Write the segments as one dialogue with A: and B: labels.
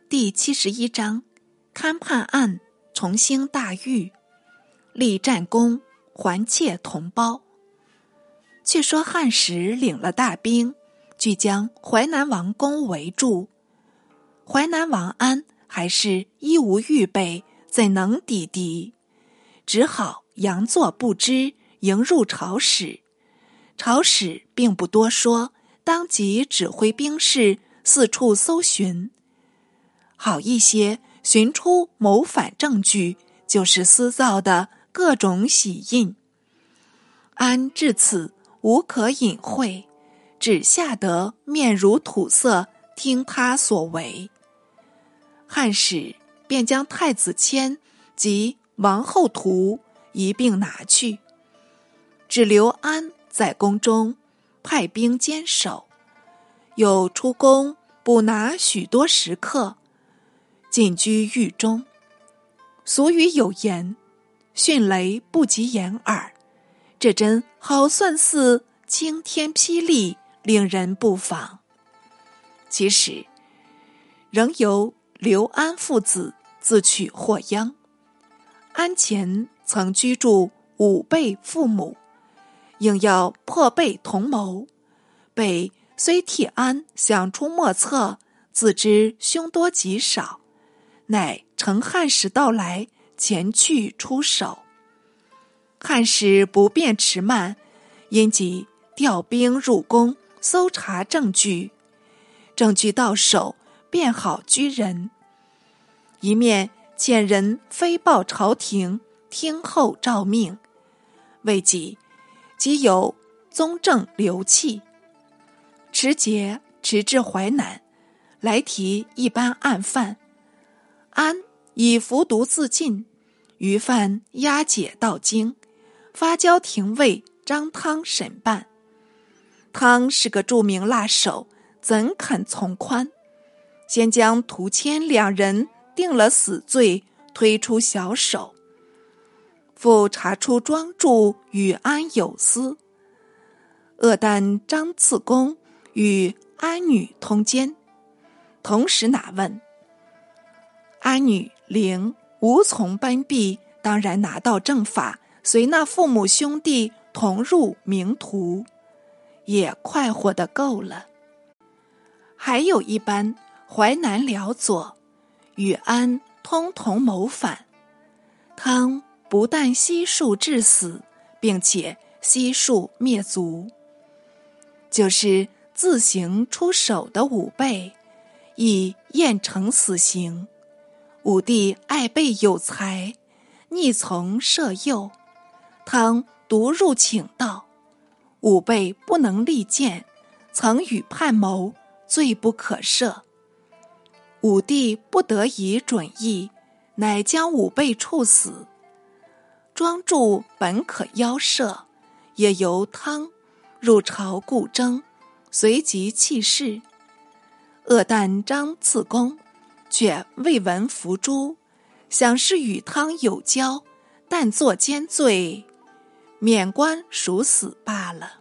A: 第71章，勘判案重兴大狱，立战功，还妾同胞。却说汉时领了大兵，俱将淮南王宫围住。淮南王安还是一无预备，怎能抵敌？只好佯作不知，迎入朝使。朝使并不多说，当即指挥兵士四处搜寻。好一些寻出谋反证据，就是私造的各种玺印。安至此无可隐晦，只吓得面如土色，听他所为。汉使便将太子签及王后图一并拿去，只留安在宫中派兵坚守，又出宫捕拿许多食客，进居狱中。俗语有言，迅雷不及掩耳，这真好算似晴天霹雳，令人不防。其实仍由刘安父子自取祸殃。安前曾居住武备父母，应要破备同谋，备虽替安想出莫测，自知凶多吉少，乃乘汉使到来，前去出手。汉使不便迟慢，因即调兵入宫，搜查证据。证据到手，便好居人。一面遣人飞报朝廷，听候诏命。未几，即有宗正刘弃持节迟至淮南，来提一般案犯。安以服毒自尽，余犯押解到京，发交廷尉张汤审办。汤是个著名辣手，怎肯从宽？先将涂谦两人定了死罪，推出小手。复查出庄助与安有私，恶旦张次公与安女通奸，同时拿问。安女灵无从奔避，当然拿到正法，随那父母兄弟同入冥途，也快活得够了。还有一班淮南辽左与安通同谋反，汤不但悉数致死，并且悉数灭族。就是自行出手的武备，亦验成死刑。武帝爱备有才，逆从摄诱，汤独入请道，武备不能力谏，曾与叛谋，罪不可赦。武帝不得已准意，乃将武备处死。庄助本可邀赦，也由汤入朝故征，随即弃市。恶旦张次公却未闻伏诛，想是与汤有交，但作奸罪，免官属死罢了。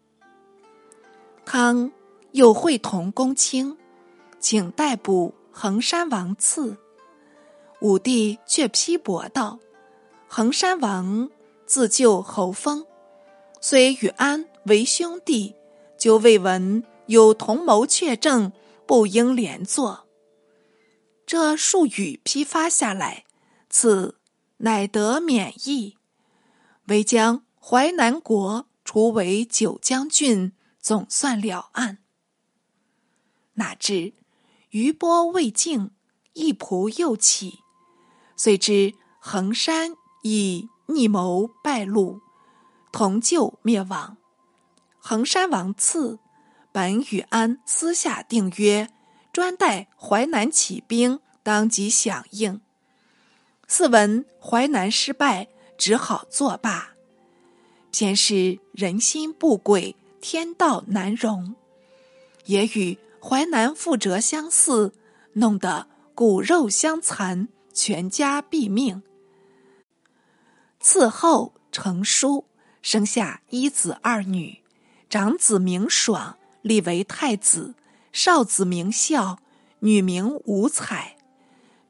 A: 汤又会同公卿，请逮捕衡山王次。武帝却批驳道，衡山王自救侯封，虽与安为兄弟，就未闻有同谋确证，不应连坐。这数语批发下来，次乃得免役，唯将淮南国除为九将军，总算了案。哪知余波未尽，一仆又起，遂知衡山以逆谋败露，同救灭亡。衡山王次本与安私下定约，专待淮南起兵，当即响应。似闻淮南失败，只好作罢。偏是人心不轨，天道难容，也与淮南覆辙相似，弄得骨肉相残，全家毙命。次后成书，生下一子二女，长子名爽，立为太子，少子名孝，女名吴彩。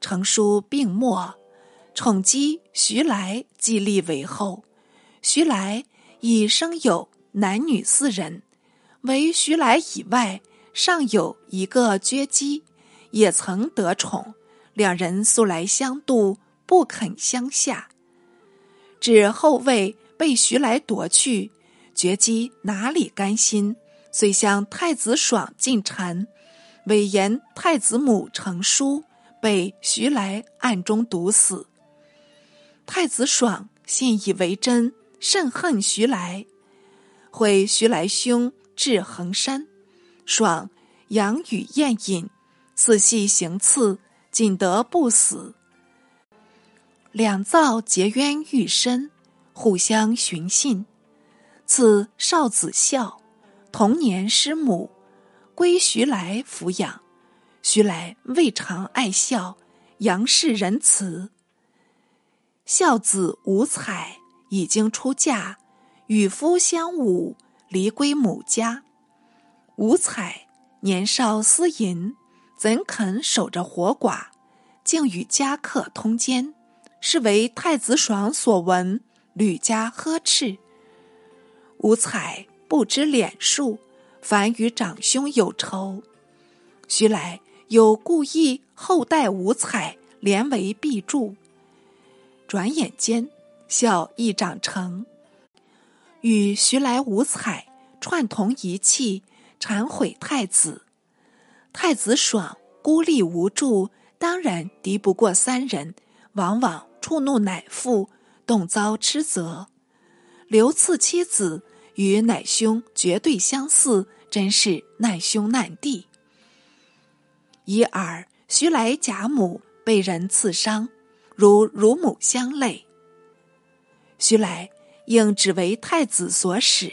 A: 成书病没，宠姬徐来继立为后。徐来已生有男女4人，唯徐来以外尚有一个绝姬，也曾得宠，两人素来相妒，不肯相下。至后位被徐来夺去，绝姬哪里甘心，遂向太子爽进谗，委言太子母成书，被徐来暗中毒死。太子爽信以为真，甚恨徐来，会徐来兄至衡山，爽养与宴饮，4系行刺，仅得不死。两造结冤愈深，互相寻衅。赐少子孝，同年失母，归徐来抚养。徐来未尝爱孝，杨氏仁慈。孝子吴采已经出嫁，与夫相侮，离归母家。吴采年少私淫，怎肯守着活寡，竟与家客通奸，是为太子爽所闻，屡加呵斥。吴采不知脸数，反与长兄有仇。徐来有故意后代吴采连为必助。转眼间孝亦长成，与徐来吴采串同一气，谗毁太子。太子爽孤立无助，当然敌不过3人，往往触怒乃父，动遭斥责。刘赐妻子与乃兄绝对相似，真是难兄难弟。一尔徐来贾母被人刺伤，如乳母相累，徐来应只为太子所使。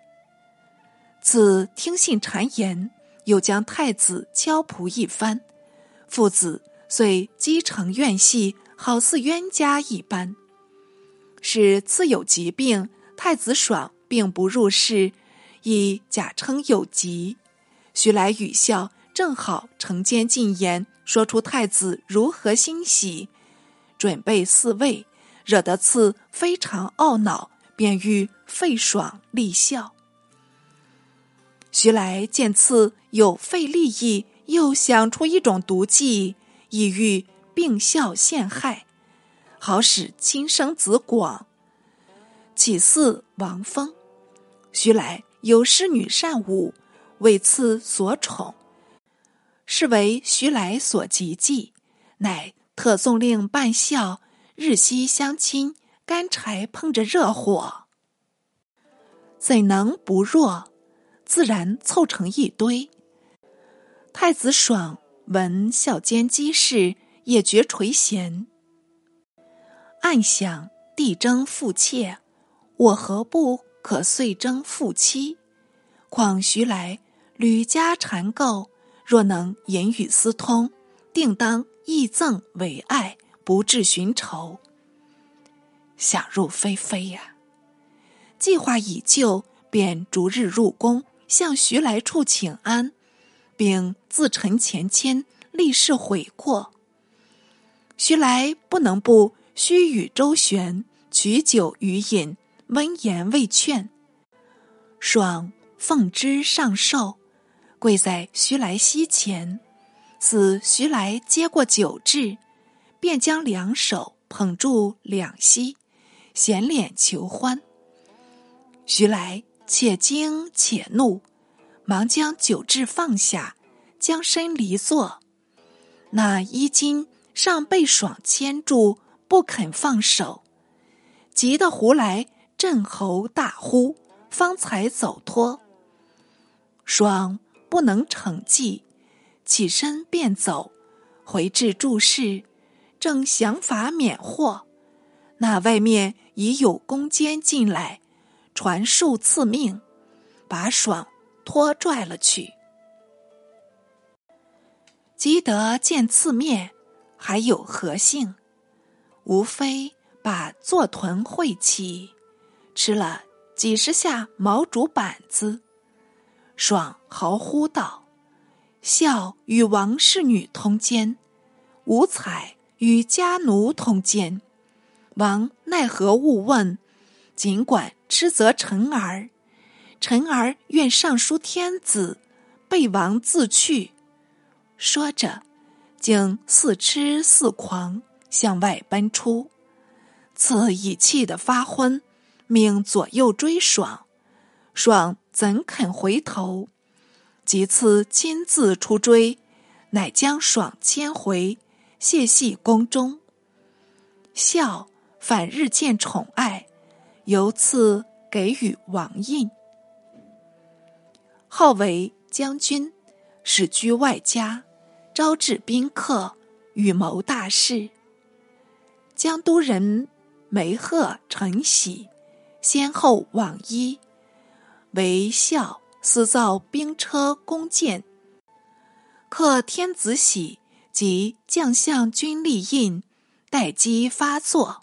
A: 自听信谗言，又将太子敲仆一番，父子遂积成怨隙，好似冤家一般。是自有疾病，太子爽并不入室，亦假称有疾。徐来与孝正好承奸进言，说出太子如何欣喜，准备嗣位，惹得赐非常懊恼，便欲废爽立孝。徐来见赐有废立意，又想出一种毒计，意欲并孝陷害，好使亲生子广，起嗣王封。徐来有师女善舞，为赐所宠，是为徐来所急忌，乃特纵令办孝，日夕相亲，干柴碰着热火，怎能不弱？自然凑成一堆。太子爽闻孝奸姬事，也觉垂涎，暗想弟争父妾，我何不可遂争父妻？况徐来屡加缠构，若能言语私通，定当义赠为爱，不致寻仇。想入非非呀！计划已就，便逐日入宫，向徐来处请安，并自陈前愆，立誓悔过。徐来不能不须臾周旋，取酒与饮，温言未劝。爽奉之上寿，跪在徐来膝前，似徐来接过酒至，便将2手捧住两膝，显脸求欢。徐来且惊且怒，忙将酒至放下，将身离坐。那衣襟尚被爽牵住，不肯放手，急得胡来震喉大呼，方才走脱。爽不能逞计，起身便走，回至住室，正想法免祸，那外面已有宫监进来，传述赐命，把爽拖拽了去。积德见刺面，还有何幸？无非把坐臀会起，吃了几10下毛竹板子。爽嚎呼道：孝与王氏女通奸，吴采与家奴通奸，王奈何勿问，尽管斥责臣儿。臣儿愿上书天子，备王自去。说着，竟似痴似狂，向外奔出。次已气得发昏，命左右追爽，爽怎肯回头？即次亲自出追，乃将爽牵回，谢系宫中。孝反日渐宠爱，由赐给予王印。号为将军，始居外家，招致宾客，与谋大事。江都人梅贺、陈喜先后往依，为孝私造兵车弓箭，克天子喜及将相军力印，待机发作。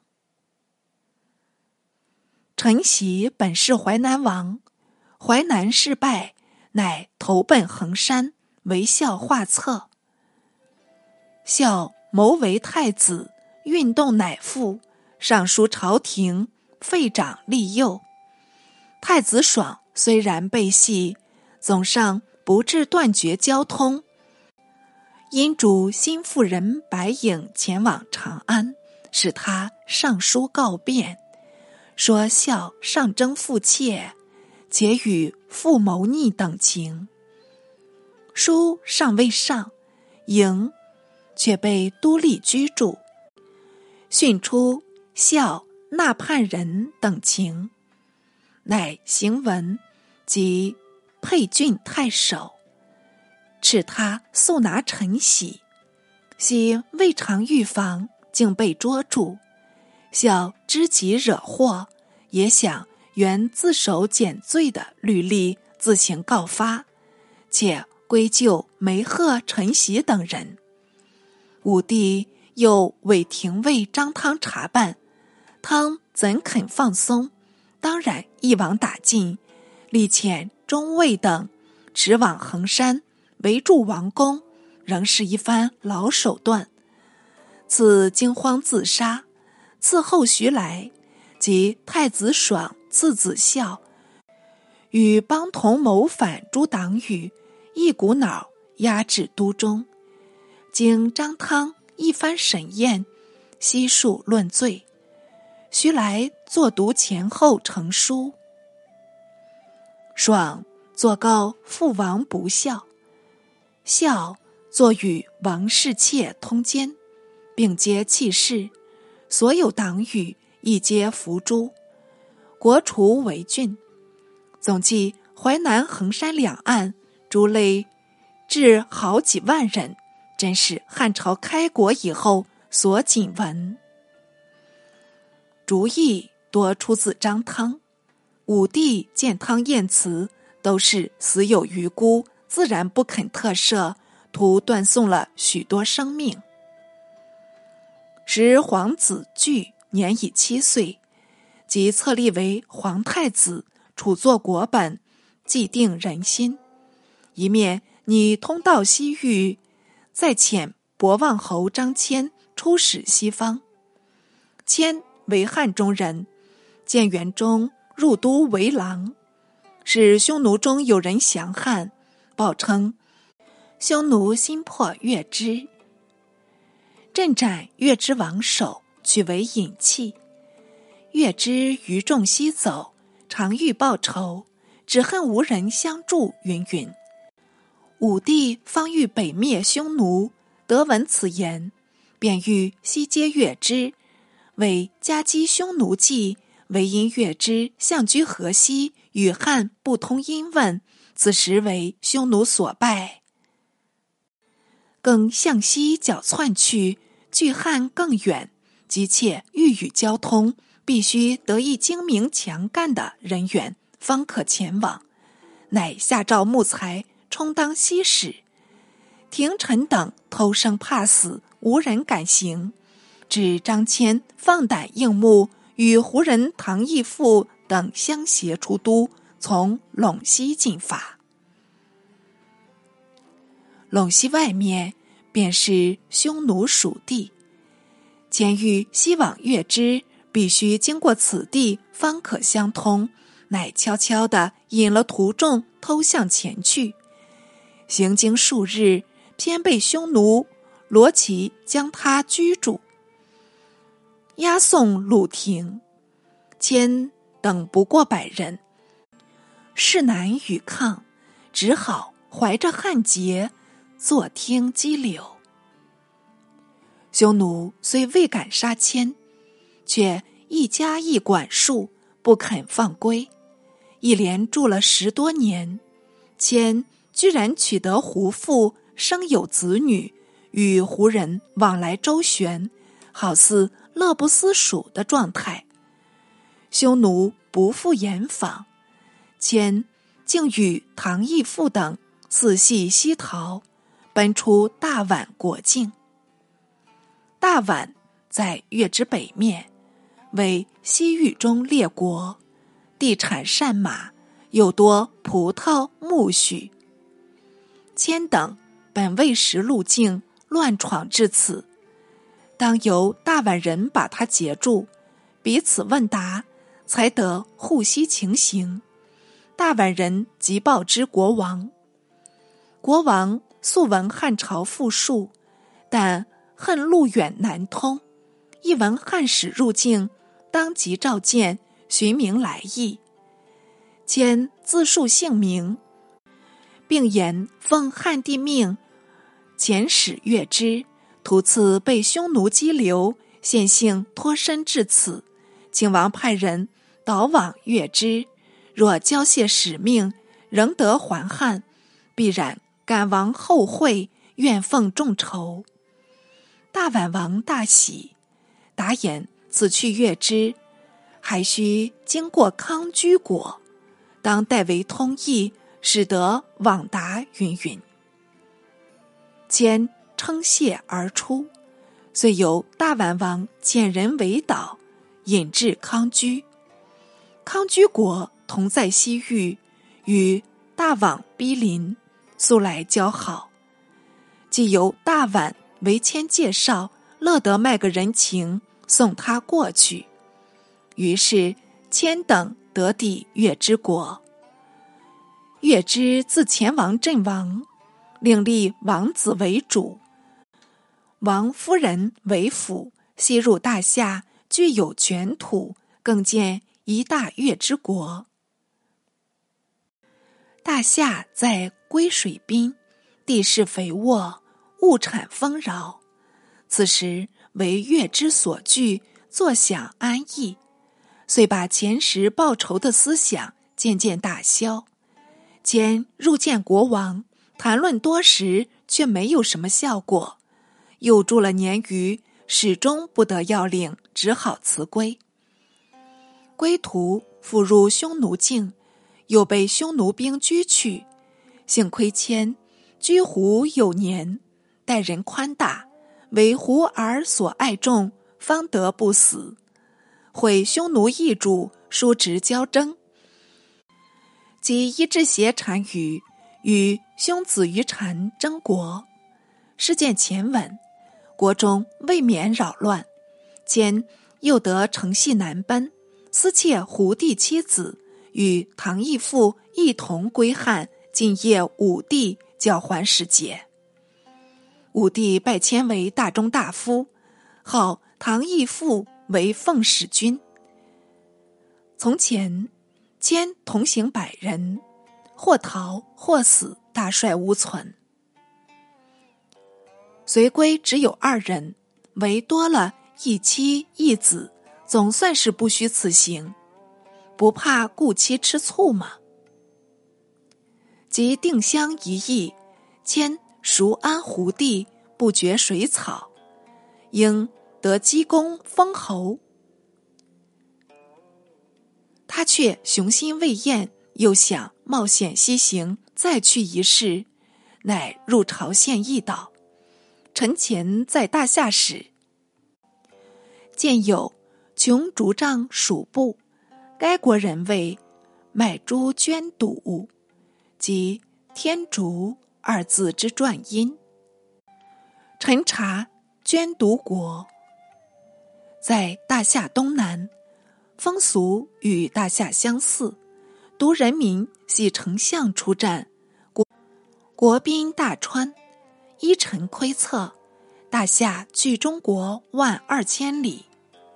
A: 陈喜本是淮南王，淮南事败，乃投奔衡山，为孝画策。孝谋为太子，运动乃父，上书朝廷，废长立幼。太子爽虽然被系，总上不致断绝交通。因主新妇人白颖前往长安，使他上书告变，说孝上征父妾，且与父谋逆等情。书尚未上，颖却被都立居住，讯出孝纳叛人等情，乃行文及沛郡太守，斥他速拿陈喜。喜未尝预防，竟被捉住。孝知己惹祸，也想原自首减罪的律例自行告发，且归咎梅贺、陈喜等人。武帝又委廷尉张汤查办，汤怎肯放松？当然一网打尽，力遣中尉等直往衡山，围住王宫，仍是一番老手段。赐惊慌自杀。次后徐来，即太子爽次子孝，与帮同谋反诸党羽，一股脑压至都中。经张汤一番审验，悉数论罪。徐来作读前后成书。爽作告父王不孝，孝作与王侍妾通奸，并皆弃市，所有党羽亦皆伏诛，国除为郡。总计淮南、衡山两岸诸类至好几万人，真是汉朝开国以后所仅闻。主意多出自张汤，武帝见汤晏辞，都是死有余辜，自然不肯特赦，徒断送了许多生命。时皇子据年已7岁，即册立为皇太子，储作国本，既定人心。一面拟通道西域，再遣博望侯张骞出使西方。骞为汉中人，见元中入都为郎，使匈奴中有人降汉，报称匈奴新破月支，镇斩月支王首，取为隐器。月支余众西走，常欲报仇，只恨无人相助，云云。武帝方欲北灭匈奴，得闻此言，便欲西接月支，为夹击匈奴计，唯因月支相居河西，与汉不通音问，此时为匈奴所败。更向西剿窜去，距汉更远，急切欲与交通，必须得一精明强干的人员，方可前往。乃下诏木材充当西使。廷臣等偷生怕死，无人敢行，指张骞放胆应募，与胡人唐义父等相携出都，从陇西进发。陇西外面便是匈奴属地， 前欲西往月支，必须经过此地方可相通，乃悄悄地引了徒众偷向前去。行经数日，偏被匈奴罗齐将他居住，押送鲁庭。谦等不过100人，势难与抗，只好怀着汉节，坐听激流。匈奴虽未敢杀谦，却一家一管束，不肯放归，一连住了10多年。谦居然取得胡妇，生有子女，与胡人往来周旋，好似乐不思蜀的状态。匈奴不复严访，谦竟与唐义父等四系西逃，奔出大宛国境。大宛在月之北面，为西域中列国，地产善马，又多葡萄苜蓿。谦等本未识路径，乱闯至此，当由大宛人把他截住，彼此问答，才得互悉情形。大宛人即报之国王。国王素闻汉朝富庶，但恨路远难通，一闻汉使入境，当即召见，询明来意。谦自述姓名，并言奉汉帝命，遣使月支，途次被匈奴激流，现幸脱身至此，请王派人导往月支，若交卸使命，仍得还汉，必然感王后会，愿奉众筹。大宛王大喜，答言此去月支，还须经过康居国，当代为通译，使得往达云云。谦称谢而出，遂由大宛王遣人为导，引至康居。康居国同在西域，与大宛毗邻，素来交好。既由大宛为谦介绍，乐得卖个人情，送他过去。于是谦等得抵月支国。月支自前王阵亡，另立王子为主，王夫人为辅，西入大夏，具有卷土，更建一大月支国。大夏在归水滨，地势肥沃，物产丰饶，此时为月支所据，坐享安逸，遂把前时报仇的思想渐渐打消。谦入见国王，谈论多时，却没有什么效果，又住了年余，始终不得要领，只好辞归。归途复入匈奴境，又被匈奴兵拘去，幸亏谦居胡有年，待人宽大，为胡儿所爱重，方得不死。会匈奴异主，叔侄交争，即伊稚邪单于与兄子于禅争国，事件前稳，国中未免扰乱。谦又得乘隙南奔，私窃胡帝妻子，与唐义父一同归汉，进谒武帝，交还使节。武帝拜谦为大中大夫，号唐义父为奉使君。从前谦同行100人，或逃或死，大帅无存。随归只有2人，唯多了一妻一子，总算是不虚此行。不怕顾妻吃醋吗？即定襄一役，谦熟安胡地，不绝水草，应得积功封侯。他却雄心未厌，又想冒险西行，再去一试，乃入朝献议道：臣前在大夏时，见有穷竹杖属部，该国人谓卖珠捐赌，即天竺2字之篆音。臣查捐毒国， 在大夏东南，风俗与大夏相似，独人民系丞相出战，国兵大川，依陈窥测，大夏距中国12000里。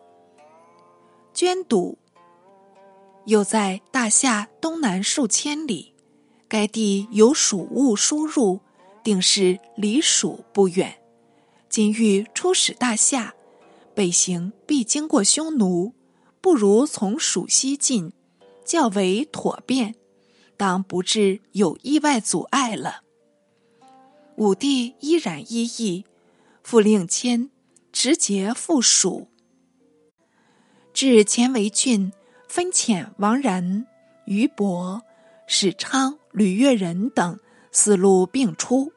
A: 捐堵又在大夏东南数千里，该地有蜀物输入，定是离蜀不远。今欲出使大夏，北行必经过匈奴，不如从蜀西进，较为妥便，当不致有意外阻碍了。武帝依然依议，复令迁持节赴蜀。至前为郡，分遣王然、俞伯、史昌、吕越人等4路并出，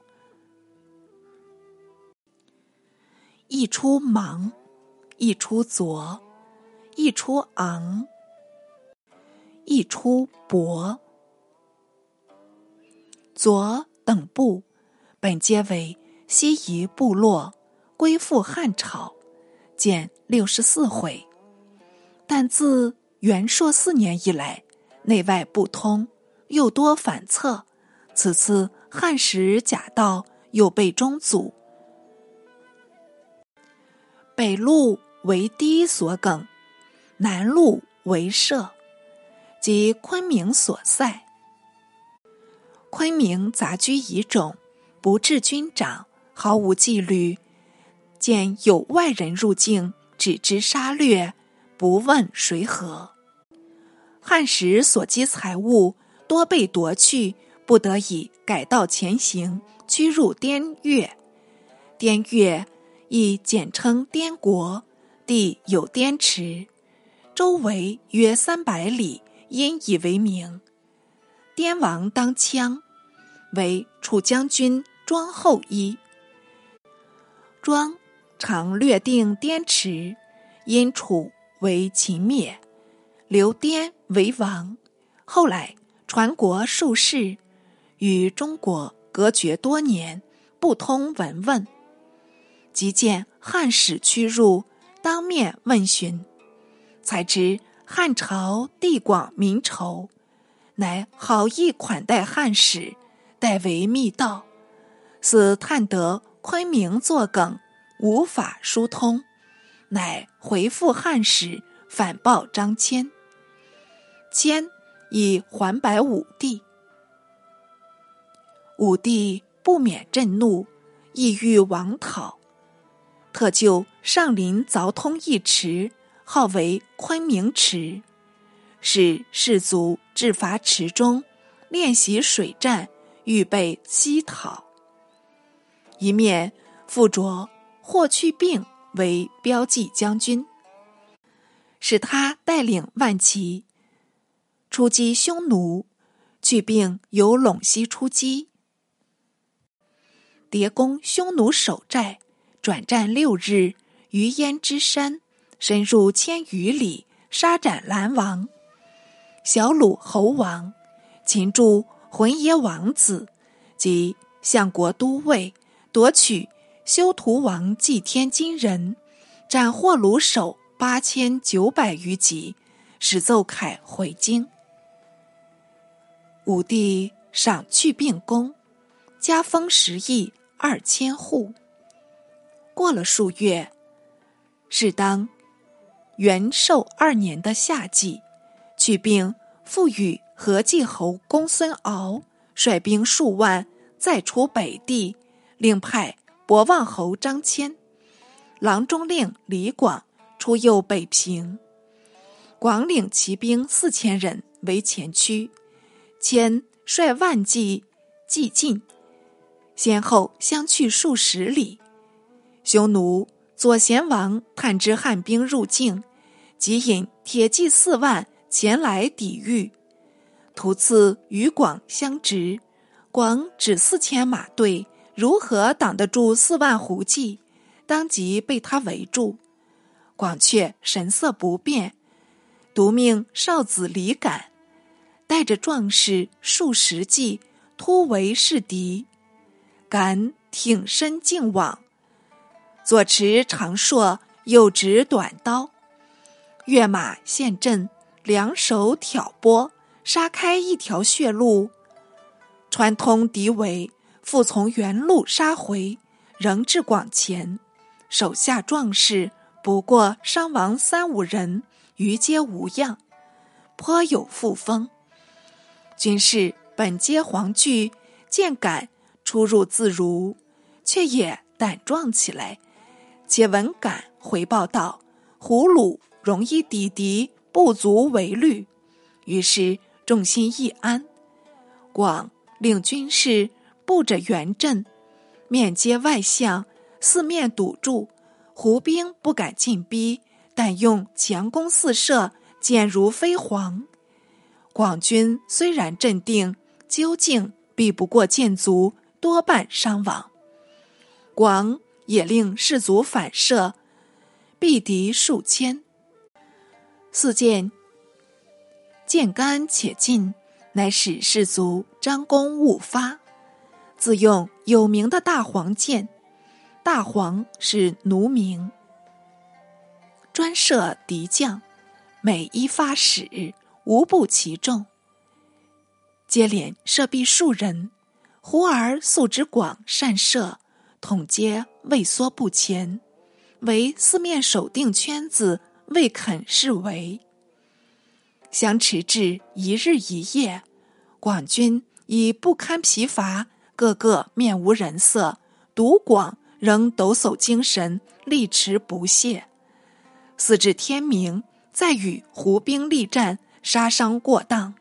A: 一出芒，一出左，一出昂，一出伯。左等部本皆为西夷部落，归附汉朝，减64回。但自元朔4年以来，内外不通，又多反侧，此次汉时假道又被中阻。北路为堤所梗，南路为社，即昆明所塞。昆明杂居遗种，不置军长，毫无纪律，见有外人入境，只知杀掠，不问谁何。汉时所积财物多被夺去，不得已改道前行，驱入滇越。滇越亦简称滇国，地有滇池，周围约300里，因以为名。滇王当羌，为楚将军庄后裔。庄常略定滇池，因楚为秦灭，留滇为王。后来传国数世，与中国隔绝多年，不通文问。即见汉使驱入，当面问询，才知汉朝地广民稠，乃好意款待汉使，代为密道，似探得昆明作梗，无法疏通，乃回复汉使，反报张骞。骞以还白武帝。武帝不免震怒，意欲王讨，特就上林凿通一池，号为昆明池，使士卒置伐池中，练习水战，预备西讨。一面附着霍去病为骠骑将军，使他带领万骑出击匈奴。去病由陇西出击，叠攻匈奴守寨，转战6日，于焉支山深入1000余里，杀斩兰王、小鲁侯王，擒住浑邪王子及相国都尉，夺取修图王祭天金人，斩霍鲁首8900余级，使奏凯回京。武帝赏去病功，加封10邑2000户。过了数月，是当元寿2年的夏季，去病复与何继侯公孙敖率兵数万，再出北地，另派博望侯张骞、郎中令李广出右北平。广领骑兵4000人为前驱，骞率万骑既进，先后相去数十里。匈奴左贤王探知汉兵入境，即引铁骑4万前来抵御，途次与广相执。广只4000马队，如何挡得住4万胡骑？当即被他围住。广却神色不变，独命少子李敢带着壮士数十骑突围势敌。敢挺身进往，左持长槊又执短刀，跃马陷阵，两手挑拨，杀开一条血路，穿通敌围，复从原路杀回，仍至广前。手下壮士不过伤亡3-5人，余皆无恙，颇有复风。军士本皆惶惧，见赶出入自如，却也胆壮起来。且闻赶回报道，胡虏容易抵敌，不足为虑，于是众心一安。广令军士布着圆阵，面接外巷，四面堵住，胡兵不敢进逼，但用强弓四射，箭如飞蝗。广军虽然镇定，究竟避不过箭卒，多半伤亡。广也令士卒反射，避敌数千。四箭箭干且尽，乃使士卒张弓误发，自用有名的大黄箭，大黄是奴名，专射敌将，每一发矢无不其中，接连射毙数人。忽而素知广善射，统皆畏缩不前，唯四面守定圈子，未肯示为。相持至一日一夜，广军已不堪疲乏，个个面无人色，独广仍抖擞精神，力持不懈。四至天明，再与胡兵力战，杀伤过当。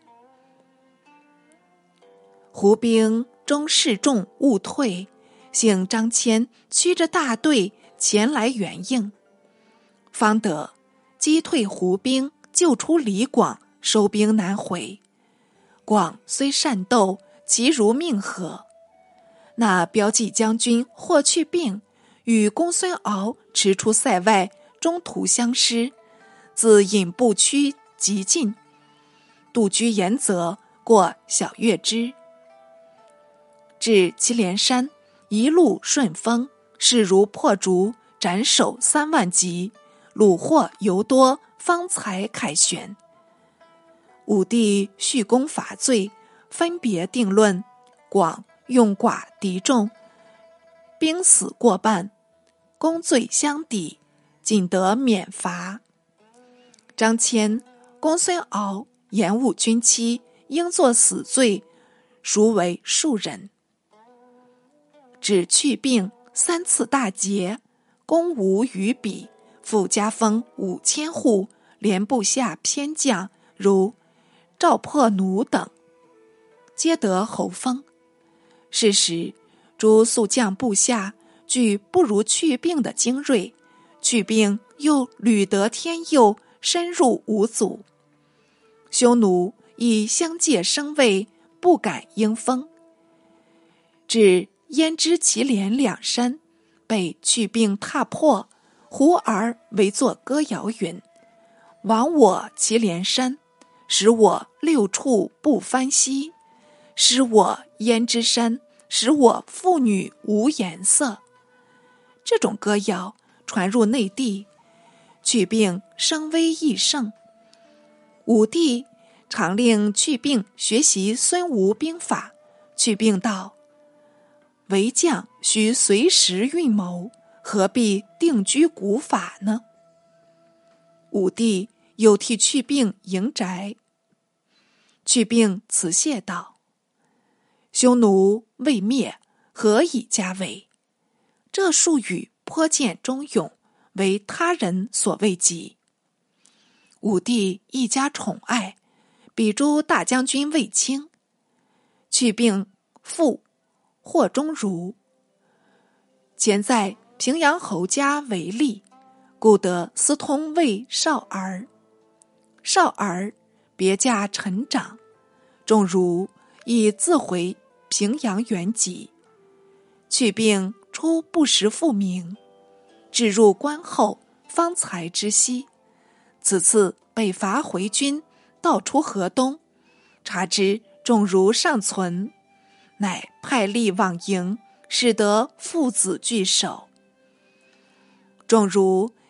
A: 胡兵终示众误退，幸张骞驱着大队前来援应，方得击退胡兵，救出李广，收兵南回。广虽善斗，其如命何？那骠骑将军霍去病与公孙敖驰出塞外，中途相失，自引部趋急进，渡居延泽，过小月支，至祁连山，一路顺风，势如破竹，斩首3万级，虏获尤多，方才凯旋。武帝续功伐罪，分别定论，广用寡敌众，兵死过半，功罪相抵，仅得免罚。张骞、公孙敖延误军期，应作死罪，赎为庶人。指去病3次大捷，攻吴于彼，复加封5000户，连部下偏将如赵破奴等，皆得侯封。是时诸宿将部下俱不如去病的精锐，去病又屡得天佑，深入吴祖。匈奴亦相继升位，不敢应封。至燕之祁连2山，被去病踏破，胡儿为作歌谣云：亡我祁连山，使我6处不翻稀，失我燕之山，使我妇女无颜色。这种歌谣传入内地，去病声威益盛。武帝常令去病学习孙吴兵法，去病道：为将须随时运谋，何必定居古法呢？武帝又替去病营宅。去病辞谢道：匈奴未灭，何以家为？这数语颇见忠勇，为他人所未及。武帝一家宠爱，比诸大将军卫青。去病父霍中儒，前在平阳侯家为吏，故得私通卫少儿。少儿别驾陈长，仲儒亦自回平阳原籍。去病初不识父名，至入关后，方才知悉。此次北伐回军，到出河东，察知仲儒尚存，乃派吏往迎，使得父子聚首。仲儒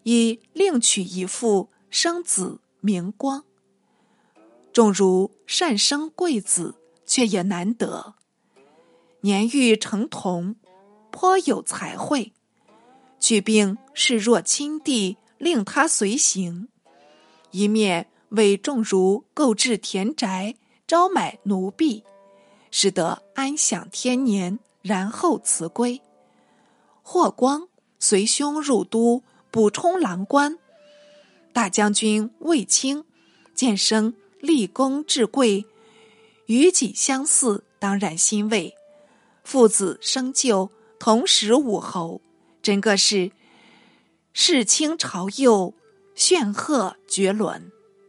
A: 以另娶一妇，生子名光。纵如善生贵子，却也难得。年逾成童，颇有才慧，去病视若亲弟，令他随行，一面为仲儒购置田宅，招买奴婢，使得安享天年，然后辞归。霍光随兄入都，补充郎官。大将军卫青见生立功至贵，与己相似，当然欣慰。父子生就，同时武侯，真个是世倾朝右，炫赫绝伦。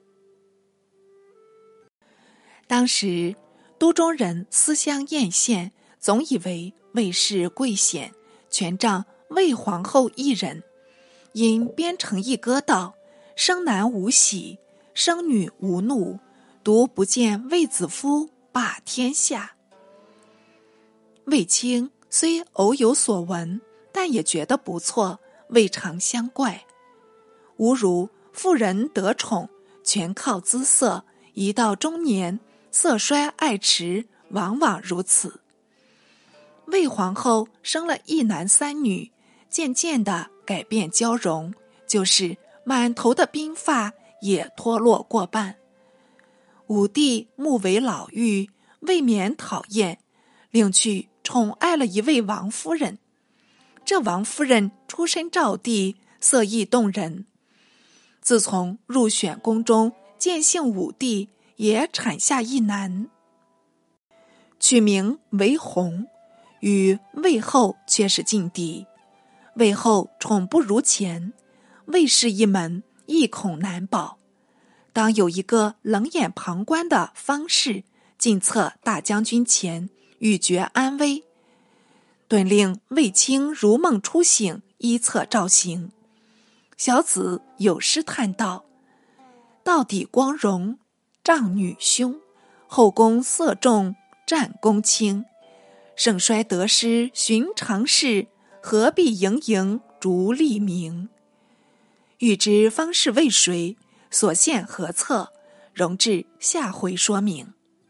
A: 当时都中人思乡艳羡，总以为魏氏贵显，全仗魏皇后一人。因编成一歌道：生男无喜，生女无怒，独不见卫子夫霸天下。卫青虽偶有所闻，但也觉得不错，未尝相怪。吾如妇人得宠，全靠姿色，一到中年，色衰爱弛，往往如此。魏皇后生了一男三女，渐渐地改变娇容，就是满头的鬓发也脱落过半。武帝目为老妪，未免讨厌，另去宠爱了一位王夫人。这王夫人出身赵地，色艺动人。自从入选宫中，见幸武帝，也产下一男，取名为弘，与魏后却是劲敌。魏后宠不如前，魏氏一门亦恐难保。当有一个冷眼旁观的方士进策大将军前，欲绝安危，顿令卫青如梦初醒，依策照行。小子有诗叹道：到底光荣仗女凶，后宫色重战功轻，盛衰得失寻常事，何必营营逐利名。欲知方士为谁，所献何策，容至下回说明。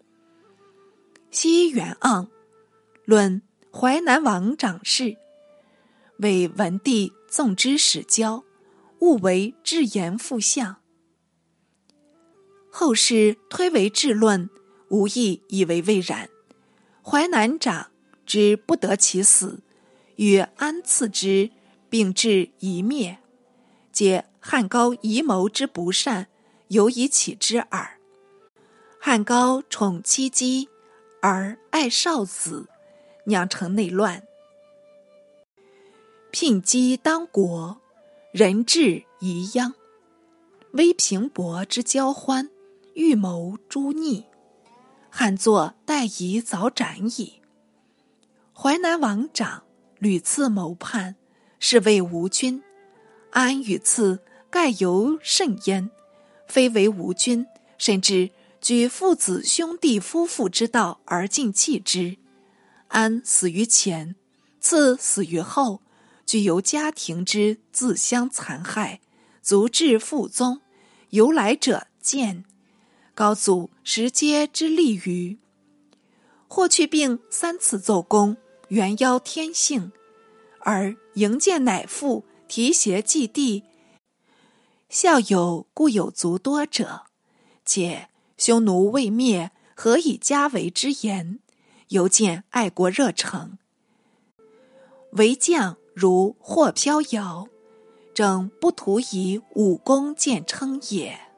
A: 西元盎论淮南王长事，为文帝纵之始交，误为至言副相。后世推为治论，无意以为未然。淮南长之不得其死，与安次之并至一灭，皆汉高遗谋之不善，有以起之耳。汉高宠妻姬，而爱少子，酿成内乱。聘姬当国，人质宜殃。微平伯之交欢，预谋诛逆。汉作待宜早斩矣。淮南王长屡次谋叛，是谓吴君。安与次盖尤甚焉，非为吴君，甚至举父子兄弟夫妇之道而尽弃之。安死于前，次死于后，俱由家庭之自相残害，足至父宗，由来者见。高祖实皆之利于。霍去病3次奏功，原邀天幸，而营建乃父，提携继弟，孝友固有足多者，且匈奴未灭，何以家为之言？犹见爱国热诚。为将如或飘摇，正不图以武功见称也。